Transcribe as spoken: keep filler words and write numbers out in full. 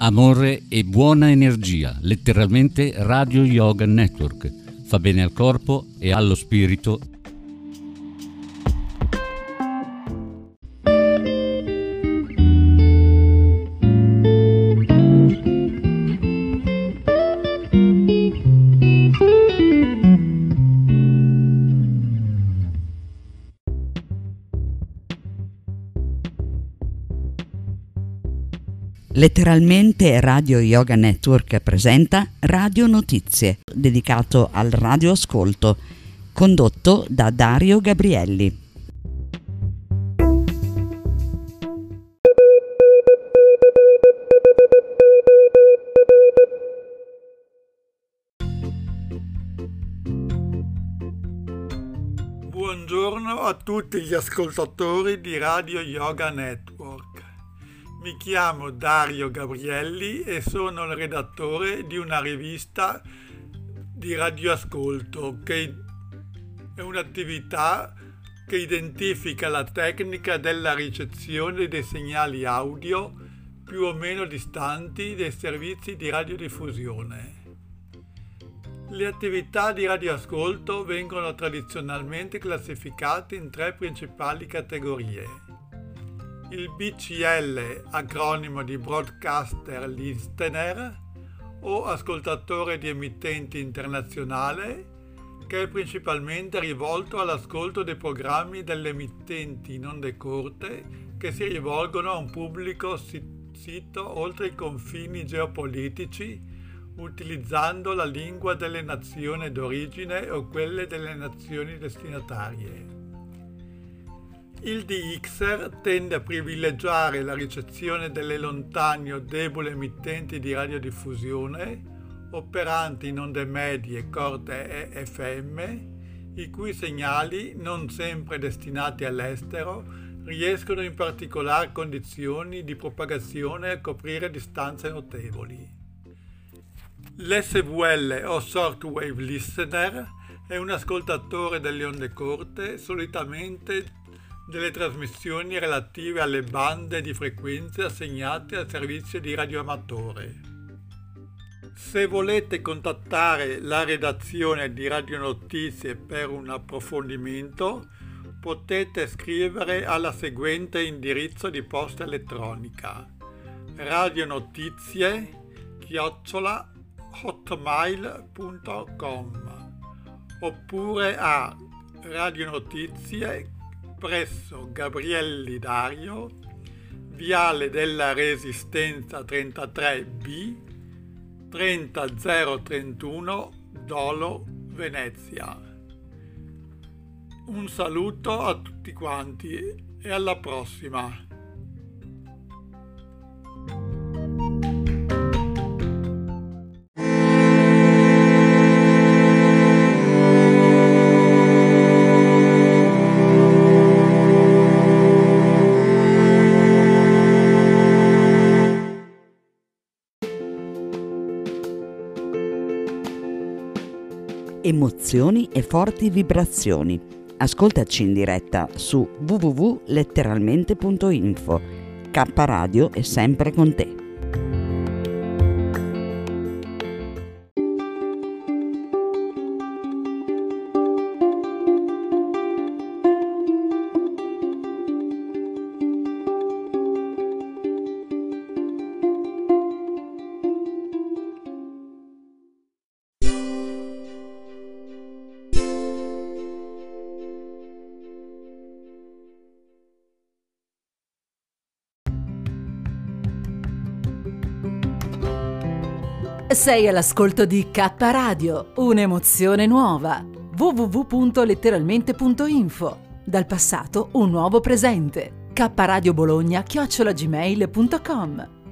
Amore e buona energia, letteralmente Radio Yoga Network. Fa bene al corpo e allo spirito. Letteralmente Radio Yoga Network presenta Radio Notizie, dedicato al radioascolto, condotto da Dario Gabrielli. Buongiorno a tutti gli ascoltatori di Radio Yoga Network. Mi chiamo Dario Gabrielli e sono il redattore di una rivista di radioascolto che è un'attività che identifica la tecnica della ricezione dei segnali audio più o meno distanti dei servizi di radiodiffusione. Le attività di radioascolto vengono tradizionalmente classificate in tre principali categorie. Il B C L, acronimo di Broadcaster Listener, o ascoltatore di emittenti internazionale, che è principalmente rivolto all'ascolto dei programmi delle emittenti in onde corte che si rivolgono a un pubblico sito oltre i confini geopolitici, utilizzando la lingua delle nazioni d'origine o quelle delle nazioni destinatarie. Il D X R tende a privilegiare la ricezione delle lontane o deboli emittenti di radiodiffusione operanti in onde medie corte e F M, i cui segnali, non sempre destinati all'estero, riescono in particolari condizioni di propagazione a coprire distanze notevoli. L'S V L o Shortwave Listener è un ascoltatore delle onde corte, solitamente delle trasmissioni relative alle bande di frequenze assegnate al servizio di radioamatore. Se volete contattare la redazione di Radio Notizie per un approfondimento, potete scrivere alla seguente indirizzo di posta elettronica: radionotizie chiocciola hotmail punto com oppure a radionotizie presso Gabrielli Dario, Viale della Resistenza trentatré B, trenta zero trentuno, Dolo, Venezia. Un saluto a tutti quanti e alla prossima! Emozioni e forti vibrazioni. Ascoltaci in diretta su w w w punto letteralmente punto info. K Radio è sempre con te. Sei all'ascolto di K Radio, un'emozione nuova. w w w punto letteralmente punto info. Dal passato un nuovo presente. K Radio Bologna chiocciola gmail punto com.